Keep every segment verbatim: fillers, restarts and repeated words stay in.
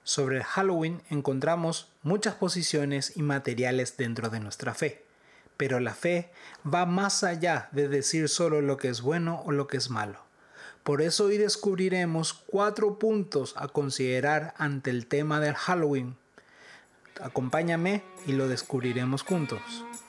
Sobre el Halloween encontramos muchas posiciones y materiales dentro de nuestra fe, pero la fe va más allá de decir solo lo que es bueno o lo que es malo. Por eso hoy descubriremos cuatro puntos a considerar ante el tema del Halloween. Acompáñame y lo descubriremos juntos.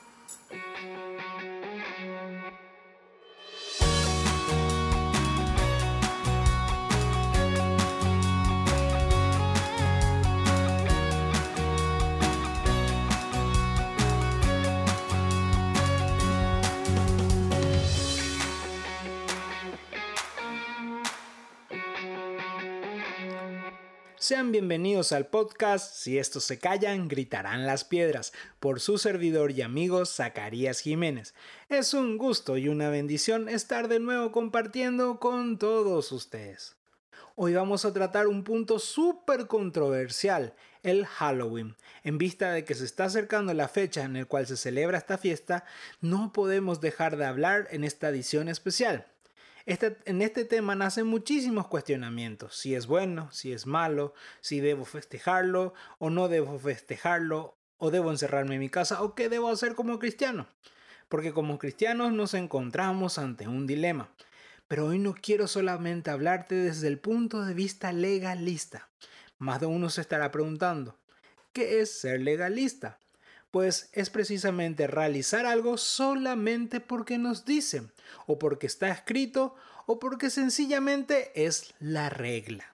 Sean bienvenidos al podcast Si estos se callan, gritarán las piedras, por su servidor y amigo Zacarías Jiménez. Es un gusto y una bendición estar de nuevo compartiendo con todos ustedes. Hoy vamos a tratar un punto súper controversial, el Halloween. En vista de que se está acercando la fecha en la cual se celebra esta fiesta, no podemos dejar de hablar en esta edición especial. Este, en este tema nacen muchísimos cuestionamientos, si es bueno, si es malo, si debo festejarlo o no debo festejarlo, o debo encerrarme en mi casa, o qué debo hacer como cristiano. Porque como cristianos nos encontramos ante un dilema. Pero hoy no quiero solamente hablarte desde el punto de vista legalista. Más de uno se estará preguntando, ¿qué es ser legalista? Pues es precisamente realizar algo solamente porque nos dicen, o porque está escrito, o porque sencillamente es la regla.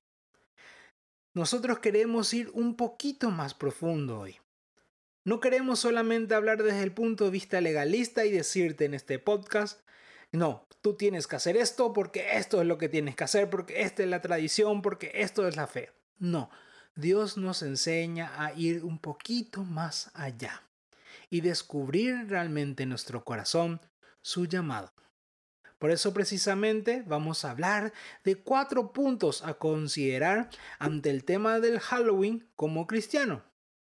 Nosotros queremos ir un poquito más profundo hoy. No queremos solamente hablar desde el punto de vista legalista y decirte en este podcast, no, tú tienes que hacer esto porque esto es lo que tienes que hacer, porque esta es la tradición, porque esto es la fe. No. Dios nos enseña a ir un poquito más allá y descubrir realmente en nuestro corazón su llamado. Por eso precisamente vamos a hablar de cuatro puntos a considerar ante el tema del Halloween como cristiano.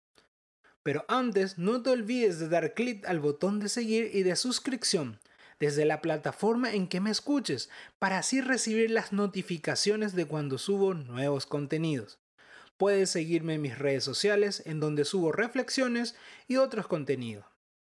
Pero antes no te olvides de dar clic al botón de seguir y de suscripción desde la plataforma en que me escuches para así recibir las notificaciones de cuando subo nuevos contenidos. Puedes seguirme en mis redes sociales en donde subo reflexiones y otros contenidos.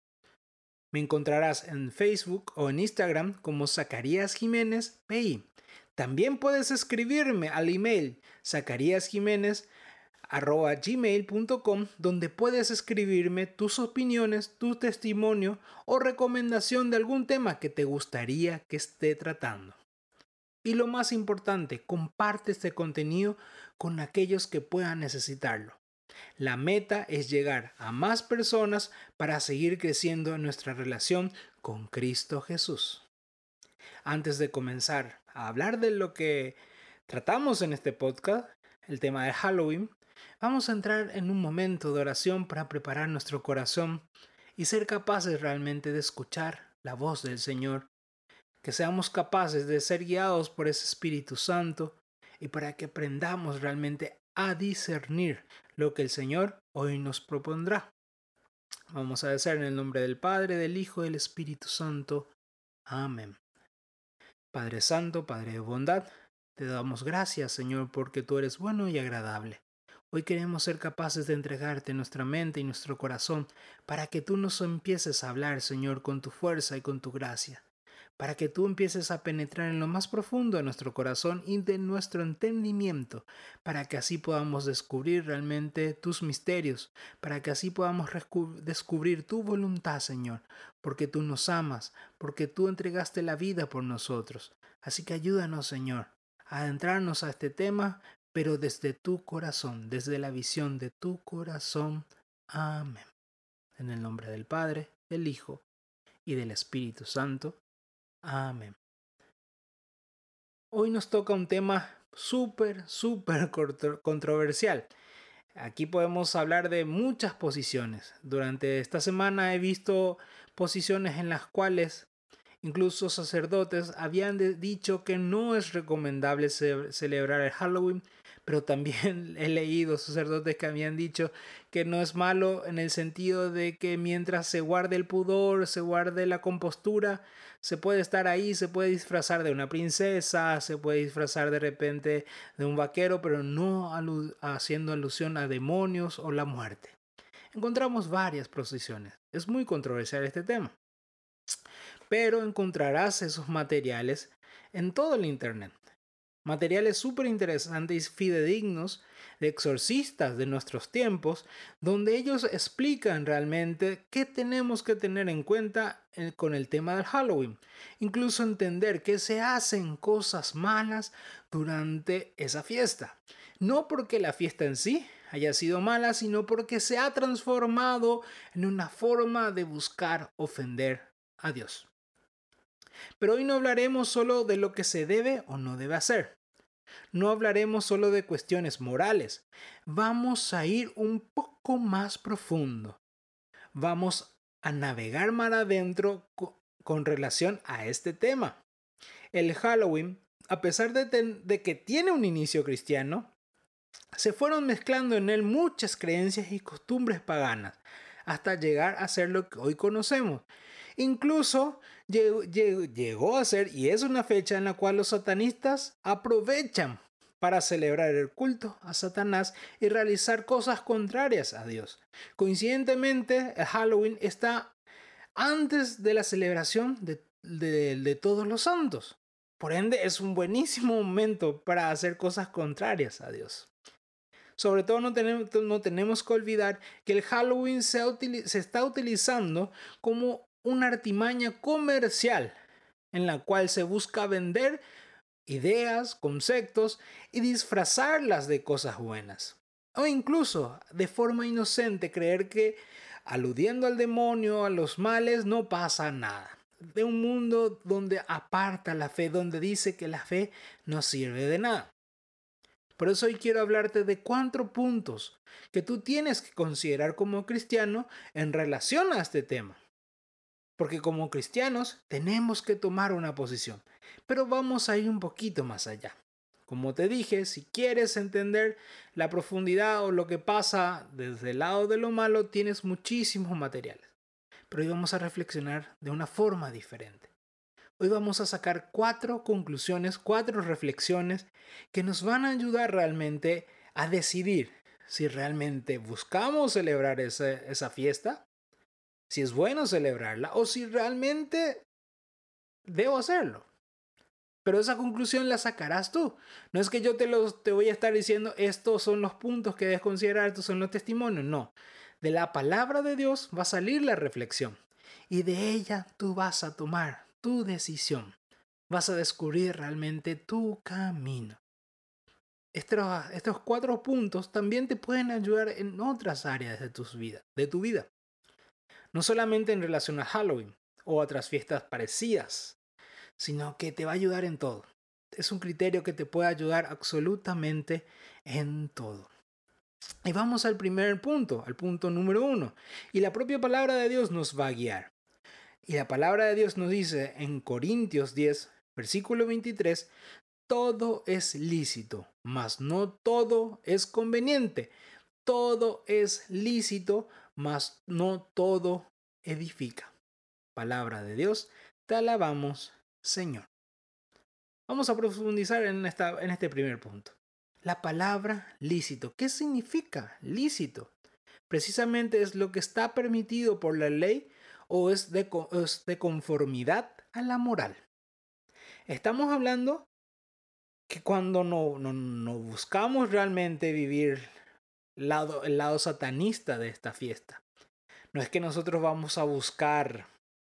Me encontrarás en Facebook o en Instagram como Zacarías Jiménez P I. También puedes escribirme al email zacariasjiménez arroba gmail punto com donde puedes escribirme tus opiniones, tu testimonio o recomendación de algún tema que te gustaría que esté tratando. Y lo más importante, comparte este contenido con aquellos que puedan necesitarlo. La meta es llegar a más personas para seguir creciendo en nuestra relación con Cristo Jesús. Antes de comenzar a hablar de lo que tratamos en este podcast, el tema de Halloween, vamos a entrar en un momento de oración para preparar nuestro corazón y ser capaces realmente de escuchar la voz del Señor. Que seamos capaces de ser guiados por ese Espíritu Santo y para que aprendamos realmente a discernir lo que el Señor hoy nos propondrá. Vamos a decir en el nombre del Padre, del Hijo y del Espíritu Santo. Amén. Padre Santo, Padre de bondad, te damos gracias, Señor, porque tú eres bueno y agradable. Hoy queremos ser capaces de entregarte nuestra mente y nuestro corazón para que tú nos empieces a hablar, Señor, con tu fuerza y con tu gracia. Para que tú empieces a penetrar en lo más profundo de nuestro corazón y de nuestro entendimiento, para que así podamos descubrir realmente tus misterios, para que así podamos descubrir tu voluntad, Señor, porque tú nos amas, porque tú entregaste la vida por nosotros. Así que ayúdanos, Señor, a adentrarnos a este tema, pero desde tu corazón, desde la visión de tu corazón. Amén. En el nombre del Padre, del Hijo y del Espíritu Santo. Amén. Hoy nos toca un tema súper, súper controversial. Aquí podemos hablar de muchas posiciones. Durante esta semana he visto posiciones en las cuales Incluso sacerdotes habían de- dicho que no es recomendable ce- celebrar el Halloween, pero también he leído sacerdotes que habían dicho que no es malo en el sentido de que mientras se guarde el pudor, se guarde la compostura, se puede estar ahí, se puede disfrazar de una princesa, se puede disfrazar de repente de un vaquero, pero no alu- haciendo alusión a demonios o la muerte. Encontramos varias posiciones. Es muy controversial este tema, pero encontrarás esos materiales en todo el Internet. Materiales súper interesantes y fidedignos de exorcistas de nuestros tiempos, donde ellos explican realmente qué tenemos que tener en cuenta eh, con el tema del Halloween. Incluso entender que se hacen cosas malas durante esa fiesta. No porque la fiesta en sí haya sido mala, sino porque se ha transformado en una forma de buscar ofender a Dios. Pero hoy no hablaremos solo de lo que se debe o no debe hacer. No hablaremos solo de cuestiones morales. Vamos a ir un poco más profundo. Vamos a navegar mar adentro co- con relación a este tema. El Halloween, a pesar de, ten- de que tiene un inicio cristiano, se fueron mezclando en él muchas creencias y costumbres paganas, hasta llegar a ser lo que hoy conocemos. Incluso llegó, llegó- llegó a ser, y es una fecha en la cual los satanistas aprovechan para celebrar el culto a Satanás y realizar cosas contrarias a Dios. Coincidentemente, el Halloween está antes de la celebración de, de- de todos los santos. Por ende, es un buenísimo momento para hacer cosas contrarias a Dios. Sobre todo no tenemos, no tenemos que olvidar que el Halloween se, utili- se está utilizando como una artimaña comercial en la cual se busca vender ideas, conceptos y disfrazarlas de cosas buenas. O incluso, de forma inocente, creer que aludiendo al demonio, a los males, no pasa nada. De un mundo donde aparta la fe, donde dice que la fe no sirve de nada. Por eso hoy quiero hablarte de cuatro puntos que tú tienes que considerar como cristiano en relación a este tema. Porque como cristianos tenemos que tomar una posición, pero vamos a ir un poquito más allá. Como te dije, si quieres entender la profundidad o lo que pasa desde el lado de lo malo, tienes muchísimos materiales. Pero hoy vamos a reflexionar de una forma diferente. Hoy vamos a sacar cuatro conclusiones, cuatro reflexiones que nos van a ayudar realmente a decidir si realmente buscamos celebrar esa, esa fiesta, si es bueno celebrarla o si realmente debo hacerlo. Pero esa conclusión la sacarás tú. No es que yo te, los, te voy a estar diciendo estos son los puntos que debes considerar, estos son los testimonios. No. De la palabra de Dios va a salir la reflexión. Y de ella tú vas a tomar tu decisión. Vas a descubrir realmente tu camino. Estos, estos cuatro puntos también te pueden ayudar en otras áreas de, tus vida, de tu vida. No solamente en relación a Halloween o otras fiestas parecidas, sino que te va a ayudar en todo. Es un criterio que te puede ayudar absolutamente en todo. Y vamos al primer punto, al punto número uno. Y la propia palabra de Dios nos va a guiar. Y la palabra de Dios nos dice en Corintios diez, versículo veintitrés, todo es lícito, mas no todo es conveniente. Todo es lícito, mas no todo edifica. Palabra de Dios, te alabamos, Señor. Vamos a profundizar en, esta, en este primer punto. La palabra lícito. ¿Qué significa lícito? Precisamente es lo que está permitido por la ley o es de, es de conformidad a la moral. Estamos hablando que cuando no, no, no buscamos realmente vivir lado, el lado satanista de esta fiesta. No es que nosotros vamos a buscar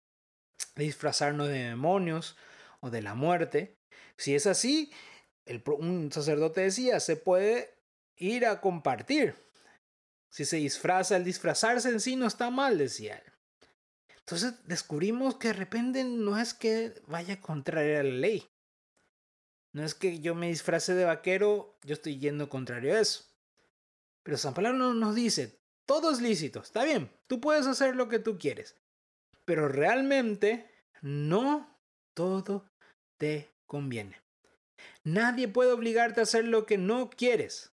disfrazarnos de demonios o de la muerte. Si es así, el, un sacerdote decía, se puede ir a compartir. Si se disfraza, el disfrazarse en sí no está mal, decía él. Entonces descubrimos que de repente no es que vaya contrario a la ley. No es que yo me disfrace de vaquero, yo estoy yendo contrario a eso. Pero San Pablo nos dice, todo es lícito, está bien, tú puedes hacer lo que tú quieres. Pero realmente No todo te conviene. Nadie puede obligarte a hacer lo que no quieres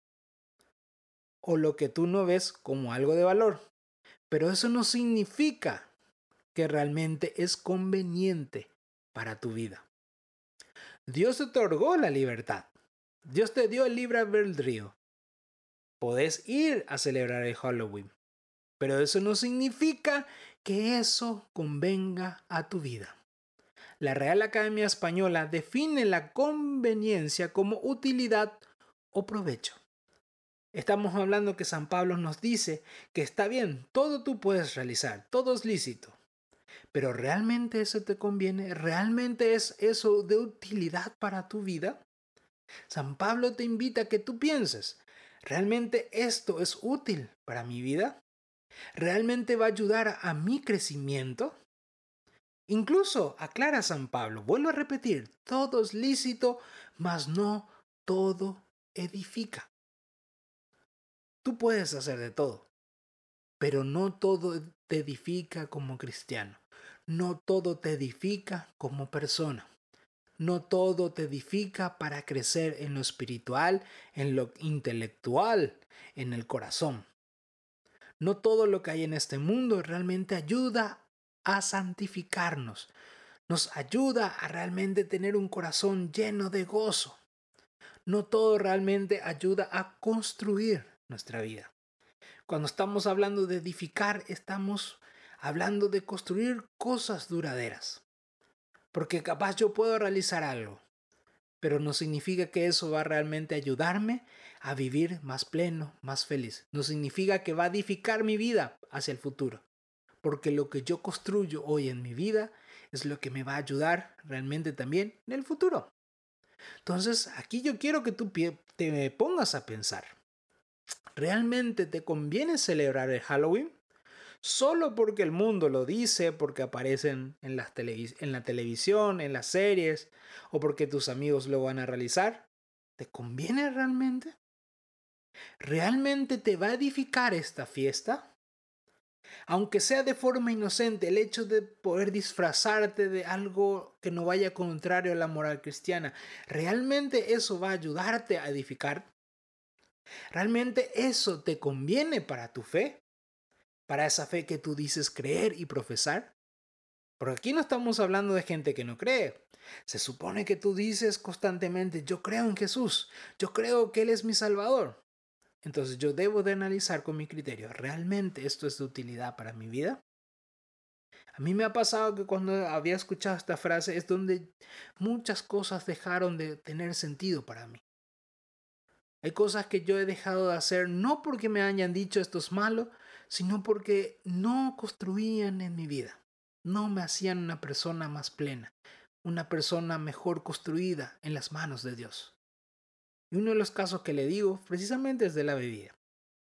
o lo que tú no ves como algo de valor. Pero eso no significa que realmente es conveniente para tu vida. Dios te otorgó la libertad. Dios te dio el libre albedrío. Podés ir a celebrar el Halloween. Pero eso no significa que eso convenga a tu vida. La Real Academia Española define la conveniencia como utilidad o provecho. Estamos hablando que San Pablo nos dice que está bien, todo tú puedes realizar, todo es lícito. Pero ¿realmente eso te conviene? ¿Realmente es eso de utilidad para tu vida? San Pablo te invita a que tú pienses, ¿realmente esto es útil para mi vida? ¿Realmente va a ayudar a mi crecimiento? Incluso, aclara San Pablo, vuelvo a repetir, todo es lícito, mas no todo edifica. Tú puedes hacer de todo, pero no todo te edifica como cristiano. No todo te edifica como persona. No todo te edifica para crecer en lo espiritual, en lo intelectual, en el corazón. No todo lo que hay en este mundo realmente ayuda a santificarnos. Nos ayuda a realmente tener un corazón lleno de gozo. No todo realmente ayuda a construir nuestra vida. Cuando estamos hablando de edificar, estamos hablando de construir cosas duraderas. Porque capaz yo puedo realizar algo, pero no significa que eso va a realmente ayudarme a vivir más pleno, más feliz. No significa que va a edificar mi vida hacia el futuro. Porque lo que yo construyo hoy en mi vida es lo que me va a ayudar realmente también en el futuro. Entonces, aquí yo quiero que tú te pongas a pensar. ¿Realmente te conviene celebrar el Halloween? ¿Solo porque el mundo lo dice, porque aparecen en, las televis- en la televisión, en las series, o porque tus amigos lo van a realizar? ¿Te conviene realmente? ¿Realmente te va a edificar esta fiesta? Aunque sea de forma inocente, el hecho de poder disfrazarte de algo que no vaya contrario a la moral cristiana, ¿realmente eso va a ayudarte a edificar? ¿Realmente eso te conviene para tu fe? ¿Para esa fe que tú dices creer y profesar? Porque aquí no estamos hablando de gente que no cree. Se supone que tú dices constantemente, yo creo en Jesús, yo creo que Él es mi Salvador. Entonces yo debo de analizar con mi criterio, ¿realmente esto es de utilidad para mi vida? A mí me ha pasado que cuando había escuchado esta frase es donde muchas cosas dejaron de tener sentido para mí. Hay cosas que yo he dejado de hacer no porque me hayan dicho esto es malo, sino porque no construían en mi vida. No me hacían una persona más plena, una persona mejor construida en las manos de Dios. Y uno de los casos que le digo precisamente es de la bebida.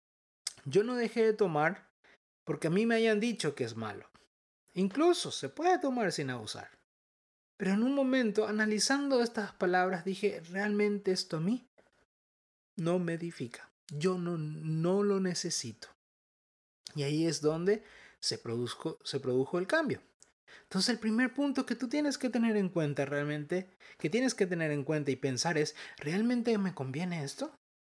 Yo no dejé de tomar porque a mí me hayan dicho que es malo. Incluso se puede tomar sin abusar. Pero en un momento, analizando estas palabras, dije, ¿realmente esto a mí no me edifica? Yo no, no lo necesito. Y ahí es donde se produjo, se produjo el cambio. Entonces el primer punto que tú tienes que tener en cuenta realmente, que tienes que tener en cuenta y pensar es, ¿realmente me conviene esto?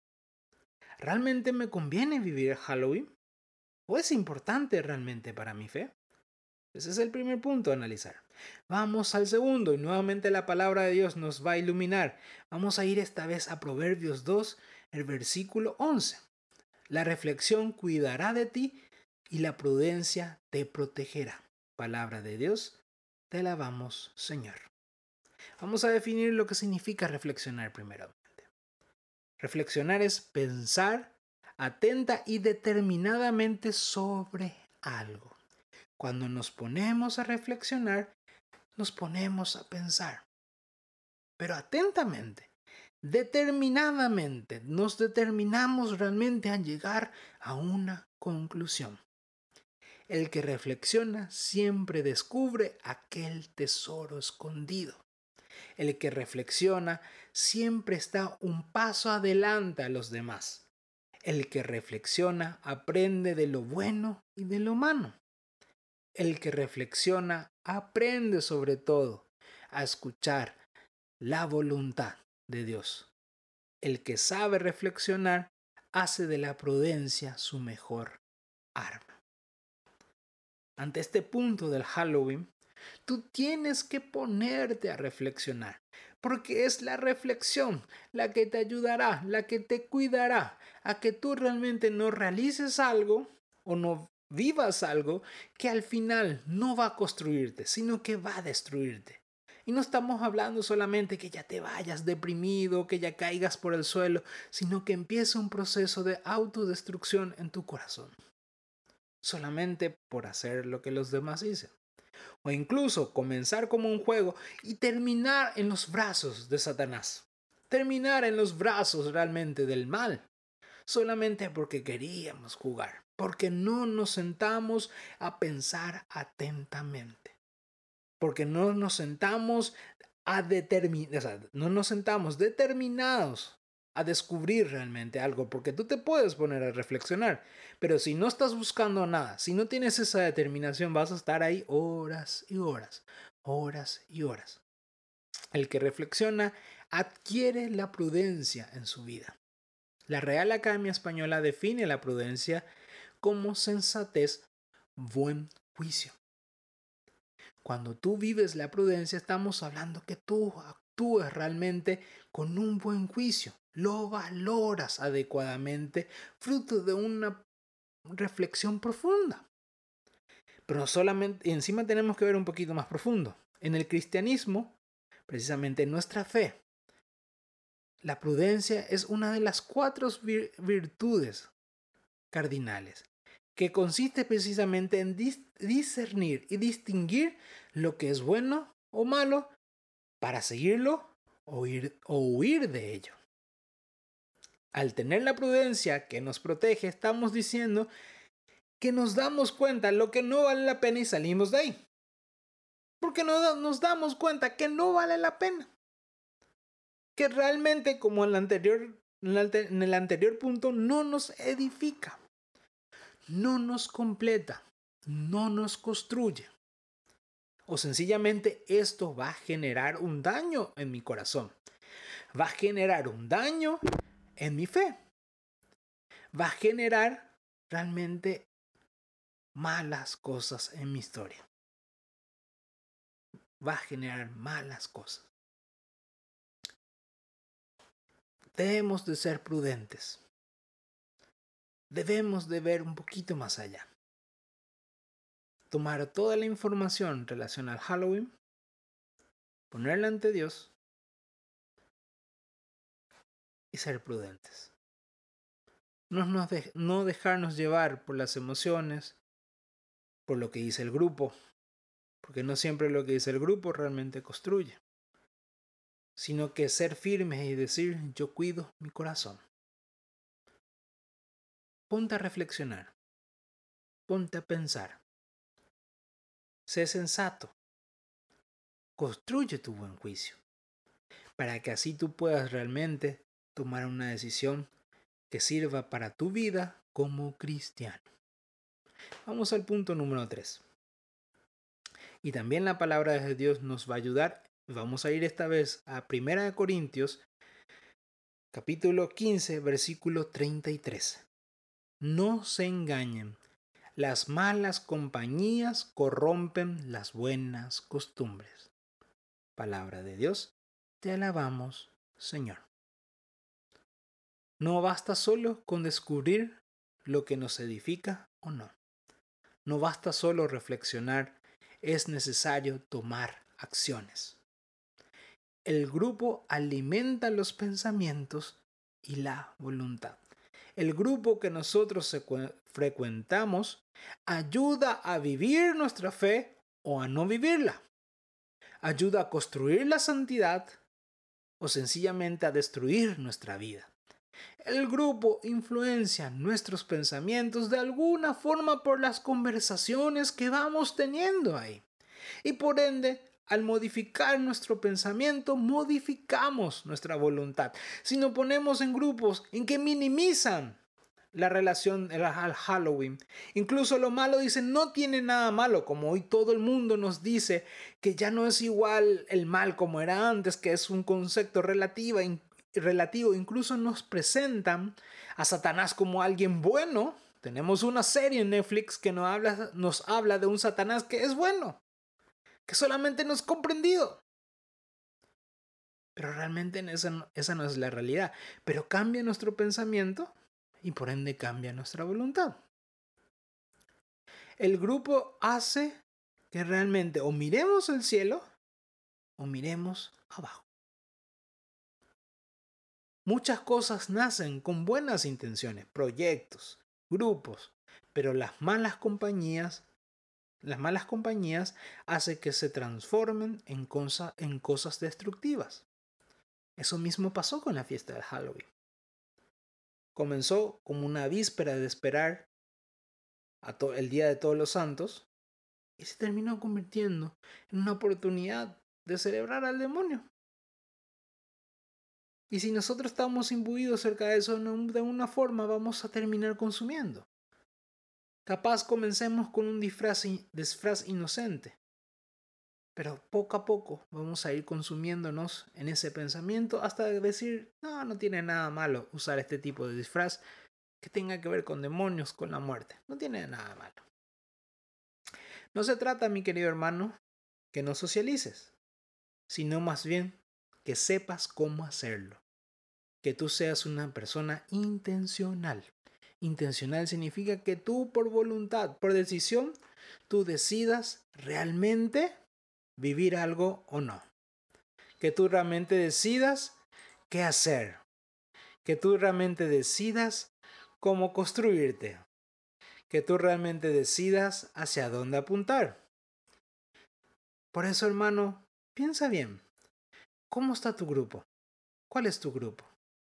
¿Realmente me conviene vivir Halloween? ¿O es importante realmente para mi fe? Ese es el primer punto a analizar. Vamos al segundo y nuevamente la palabra de Dios nos va a iluminar. Vamos a ir esta vez a Proverbios dos, el versículo once. La reflexión cuidará de ti y la prudencia te protegerá. Palabra de Dios, te alabamos, Señor. Vamos a definir lo que significa reflexionar primeramente. Reflexionar es pensar atenta y determinadamente sobre algo. Cuando nos ponemos a reflexionar, nos ponemos a pensar. Pero atentamente, determinadamente, nos determinamos realmente a llegar a una conclusión. El que reflexiona siempre descubre aquel tesoro escondido. El que reflexiona siempre está un paso adelante a los demás. El que reflexiona aprende de lo bueno y de lo malo. El que reflexiona aprende sobre todo a escuchar la voluntad de Dios. El que sabe reflexionar hace de la prudencia su mejor arma. Ante este punto del Halloween, tú tienes que ponerte a reflexionar, porque es la reflexión la que te ayudará, la que te cuidará a que tú realmente no realices algo o no vivas algo que al final no va a construirte, sino que va a destruirte. Y no estamos hablando solamente que ya te vayas deprimido, que ya caigas por el suelo, sino que empiece un proceso de autodestrucción en tu corazón, solamente por hacer lo que los demás dicen. O incluso comenzar como un juego y terminar en los brazos de Satanás. Terminar en los brazos realmente del mal. Solamente porque queríamos jugar. Porque no nos sentamos a pensar atentamente. Porque no nos sentamos a determinar, o sea, no nos sentamos determinados a descubrir realmente algo, porque tú te puedes poner a reflexionar, pero si no estás buscando nada, si no tienes esa determinación, vas a estar ahí horas y horas, horas y horas. El que reflexiona adquiere la prudencia en su vida. La Real Academia Española define la prudencia como sensatez, buen juicio. Cuando tú vives la prudencia, estamos hablando que tú actúas realmente con un buen juicio, lo valoras adecuadamente, fruto de una reflexión profunda. Pero no solamente, y encima tenemos que ver un poquito más profundo. En el cristianismo, precisamente en nuestra fe, la prudencia es una de las cuatro vir- virtudes cardinales, que consiste precisamente en dis- discernir y distinguir lo que es bueno o malo para seguirlo o huir, o huir de ello. Al tener la prudencia que nos protege, estamos diciendo que nos damos cuenta de lo que no vale la pena y salimos de ahí. Porque no, nos damos cuenta que no vale la pena. Que realmente, como en el anterior, en el anterior punto, no nos edifica. No nos completa, no nos construye. O sencillamente esto va a generar un daño en mi corazón. Va a generar un daño en mi fe. Va a generar realmente malas cosas en mi historia. Va a generar malas cosas. Debemos de ser prudentes. Debemos de ver un poquito más allá. Tomar toda la información en relación al Halloween, ponerla ante Dios y ser prudentes. No, nos de, no dejarnos llevar por las emociones, por lo que dice el grupo, porque no siempre lo que dice el grupo realmente construye, sino que ser firmes y decir, yo cuido mi corazón. Ponte a reflexionar, ponte a pensar, sé sensato, construye tu buen juicio, para que así tú puedas realmente tomar una decisión que sirva para tu vida como cristiano. Vamos al punto número tres. Y también la palabra de Dios nos va a ayudar. Vamos a ir esta vez a primera de Corintios, capítulo quince, versículo treinta y tres. No se engañen, las malas compañías corrompen las buenas costumbres. Palabra de Dios, te alabamos, Señor. No basta solo con descubrir lo que nos edifica o no. No basta solo reflexionar, es necesario tomar acciones. El grupo alimenta los pensamientos y la voluntad. El grupo que nosotros frecuentamos ayuda a vivir nuestra fe o a no vivirla. Ayuda a construir la santidad o sencillamente a destruir nuestra vida. El grupo influencia nuestros pensamientos de alguna forma por las conversaciones que vamos teniendo ahí. Y por ende, al modificar nuestro pensamiento, modificamos nuestra voluntad. Si nos ponemos en grupos en que minimizan la relación al Halloween. Incluso lo malo dicen no tiene nada malo, como hoy todo el mundo nos dice que ya no es igual el mal como era antes, que es un concepto relativo, relativo. Incluso nos presentan a Satanás como alguien bueno. Tenemos una serie en Netflix que nos habla, nos habla de un Satanás que es bueno, que solamente no es comprendido. Pero realmente esa, esa no es la realidad. Pero cambia nuestro pensamiento y por ende cambia nuestra voluntad. El grupo hace que realmente o miremos el cielo o miremos abajo. Muchas cosas nacen con buenas intenciones, proyectos, grupos, pero las malas compañías, las malas compañías hacen que se transformen en, cosa, en cosas destructivas. Eso mismo pasó con la fiesta de Halloween. Comenzó como una víspera de esperar a to- el Día de Todos los Santos y se terminó convirtiendo en una oportunidad de celebrar al demonio. Y si nosotros estamos imbuidos cerca de eso, de una forma vamos a terminar consumiendo. Capaz comencemos con un disfraz, disfraz inocente, pero poco a poco vamos a ir consumiéndonos en ese pensamiento hasta decir, no, no tiene nada malo usar este tipo de disfraz que tenga que ver con demonios, con la muerte. No tiene nada malo. No se trata, mi querido hermano, que no socialices, sino más bien que sepas cómo hacerlo. Que tú seas una persona intencional. Intencional significa que tú por voluntad, por decisión, tú decidas realmente vivir algo o no. Que tú realmente decidas qué hacer. Que tú realmente decidas cómo construirte. Que tú realmente decidas hacia dónde apuntar. Por eso, hermano, piensa bien. ¿Cómo está tu grupo? ¿Cuál es tu grupo?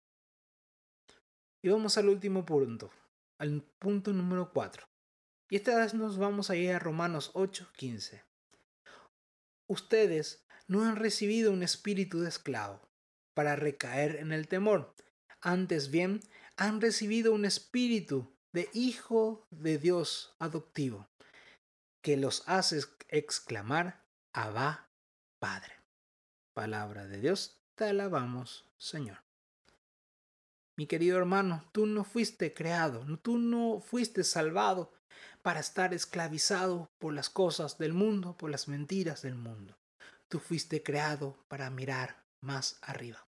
Y vamos al último punto, al punto número cuatro. Y esta vez nos vamos a ir a Romanos ocho quince. Ustedes no han recibido un espíritu de esclavo para recaer en el temor. Antes bien, han recibido un espíritu de hijo de Dios adoptivo, que los hace exclamar, Abba, Padre. Palabra de Dios, te alabamos, Señor. Mi querido hermano, tú no fuiste creado, tú no fuiste salvado para estar esclavizado por las cosas del mundo, por las mentiras del mundo. Tú fuiste creado para mirar más arriba.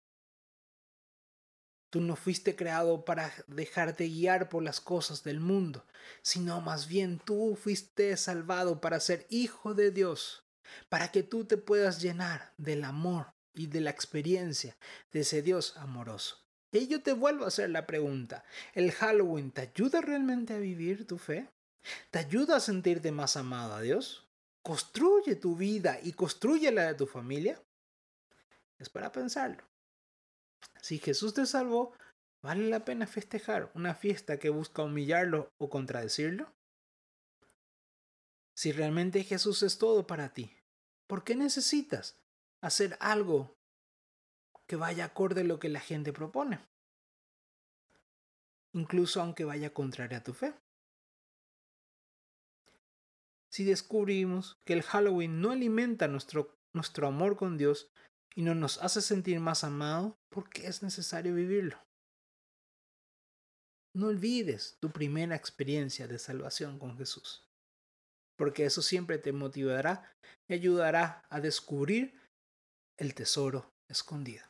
Tú no fuiste creado para dejarte guiar por las cosas del mundo, sino más bien tú fuiste salvado para ser hijo de Dios, para que tú te puedas llenar del amor y de la experiencia de ese Dios amoroso. Y yo te vuelvo a hacer la pregunta, ¿el Halloween te ayuda realmente a vivir tu fe? ¿Te ayuda a sentirte más amado a Dios? ¿Construye tu vida y construye la de tu familia? Es para pensarlo. Si Jesús te salvó, ¿vale la pena festejar una fiesta que busca humillarlo o contradecirlo? Si realmente Jesús es todo para ti, ¿por qué necesitas hacer algo que vaya acorde a lo que la gente propone? Incluso aunque vaya contraria a tu fe. Si descubrimos que el Halloween no alimenta nuestro, nuestro amor con Dios y no nos hace sentir más amados, ¿por qué es necesario vivirlo? No olvides tu primera experiencia de salvación con Jesús, porque eso siempre te motivará y ayudará a descubrir el tesoro escondido.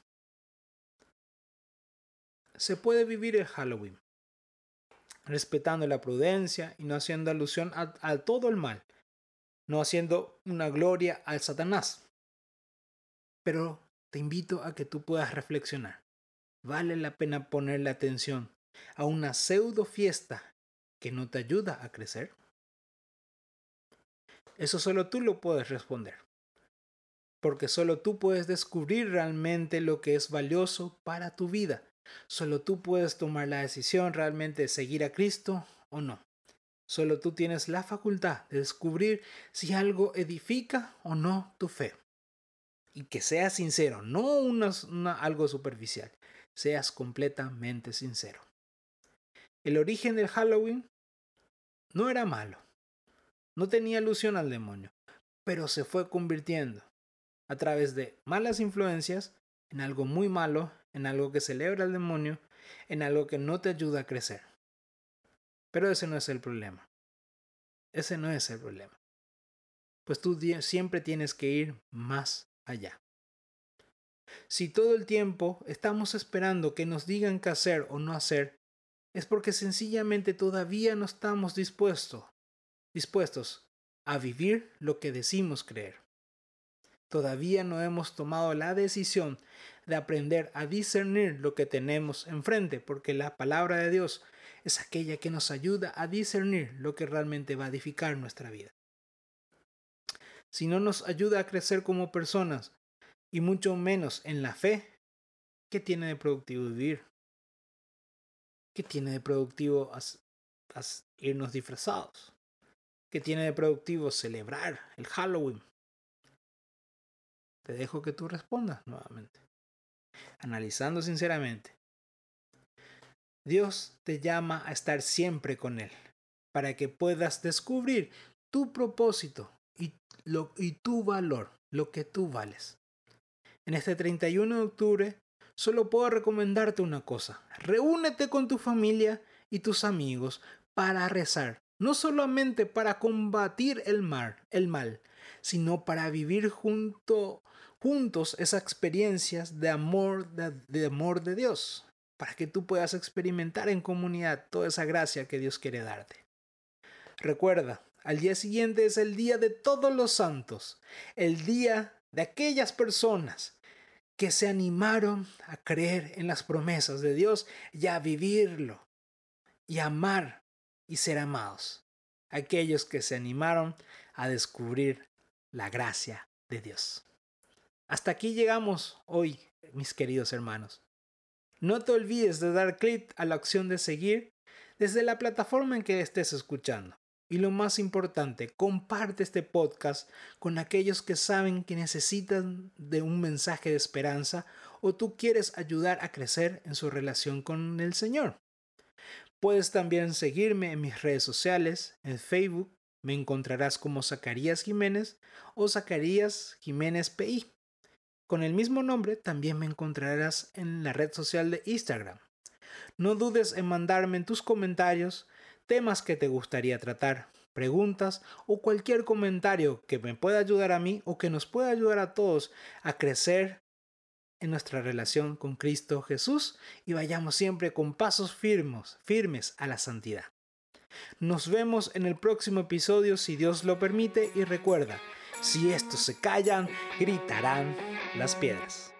Se puede vivir el Halloween respetando la prudencia y no haciendo alusión a, a todo el mal, no haciendo una gloria al Satanás. Pero te invito a que tú puedas reflexionar. ¿Vale la pena ponerle atención a una pseudo fiesta que no te ayuda a crecer? Eso solo tú lo puedes responder. Porque solo tú puedes descubrir realmente lo que es valioso para tu vida. Solo tú puedes tomar la decisión realmente de seguir a Cristo o no. Solo tú tienes la facultad de descubrir si algo edifica o no tu fe. Y que seas sincero, no una, una, algo superficial. Seas completamente sincero. El origen del Halloween no era malo, no tenía alusión al demonio, pero se fue convirtiendo a través de malas influencias en algo muy malo, en algo que celebra al demonio, en algo que no te ayuda a crecer. Pero ese no es el problema. Ese no es el problema. Pues tú siempre tienes que ir más allá. Si todo el tiempo estamos esperando que nos digan qué hacer o no hacer, es porque sencillamente todavía no estamos dispuestos, dispuestos a vivir lo que decimos creer. Todavía no hemos tomado la decisión de aprender a discernir lo que tenemos enfrente, porque la palabra de Dios es aquella que nos ayuda a discernir lo que realmente va a edificar nuestra vida. Si no nos ayuda a crecer como personas, y mucho menos en la fe, ¿qué tiene de productivo vivir? ¿Qué tiene de productivo as, as irnos disfrazados? ¿Qué tiene de productivo celebrar el Halloween? Te dejo que tú respondas nuevamente, analizando sinceramente. Dios te llama a estar siempre con Él, para que puedas descubrir tu propósito y, lo, y tu valor, lo que tú vales. En este treinta y uno de octubre, solo puedo recomendarte una cosa. Reúnete con tu familia y tus amigos para rezar. No solamente para combatir el mal, el mal, sino para vivir junto, juntos esas experiencias de amor de, de amor de Dios. Para que tú puedas experimentar en comunidad toda esa gracia que Dios quiere darte. Recuerda, al día siguiente es el día de todos los santos. El día de aquellas personas que se animaron a creer en las promesas de Dios y a vivirlo, y amar y ser amados. Aquellos que se animaron a descubrir la gracia de Dios. Hasta aquí llegamos hoy, mis queridos hermanos. No te olvides de dar clic a la opción de seguir desde la plataforma en que estés escuchando. Y lo más importante, comparte este podcast con aquellos que saben que necesitan de un mensaje de esperanza o tú quieres ayudar a crecer en su relación con el Señor. Puedes también seguirme en mis redes sociales. En Facebook me encontrarás como Zacarías Jiménez o Zacarías Jiménez P I. Con el mismo nombre también me encontrarás en la red social de Instagram. No dudes en mandarme en tus comentarios temas que te gustaría tratar, preguntas o cualquier comentario que me pueda ayudar a mí o que nos pueda ayudar a todos a crecer en nuestra relación con Cristo Jesús y vayamos siempre con pasos firmes, firmes a la santidad. Nos vemos en el próximo episodio si Dios lo permite y recuerda, si estos se callan, gritarán las piedras.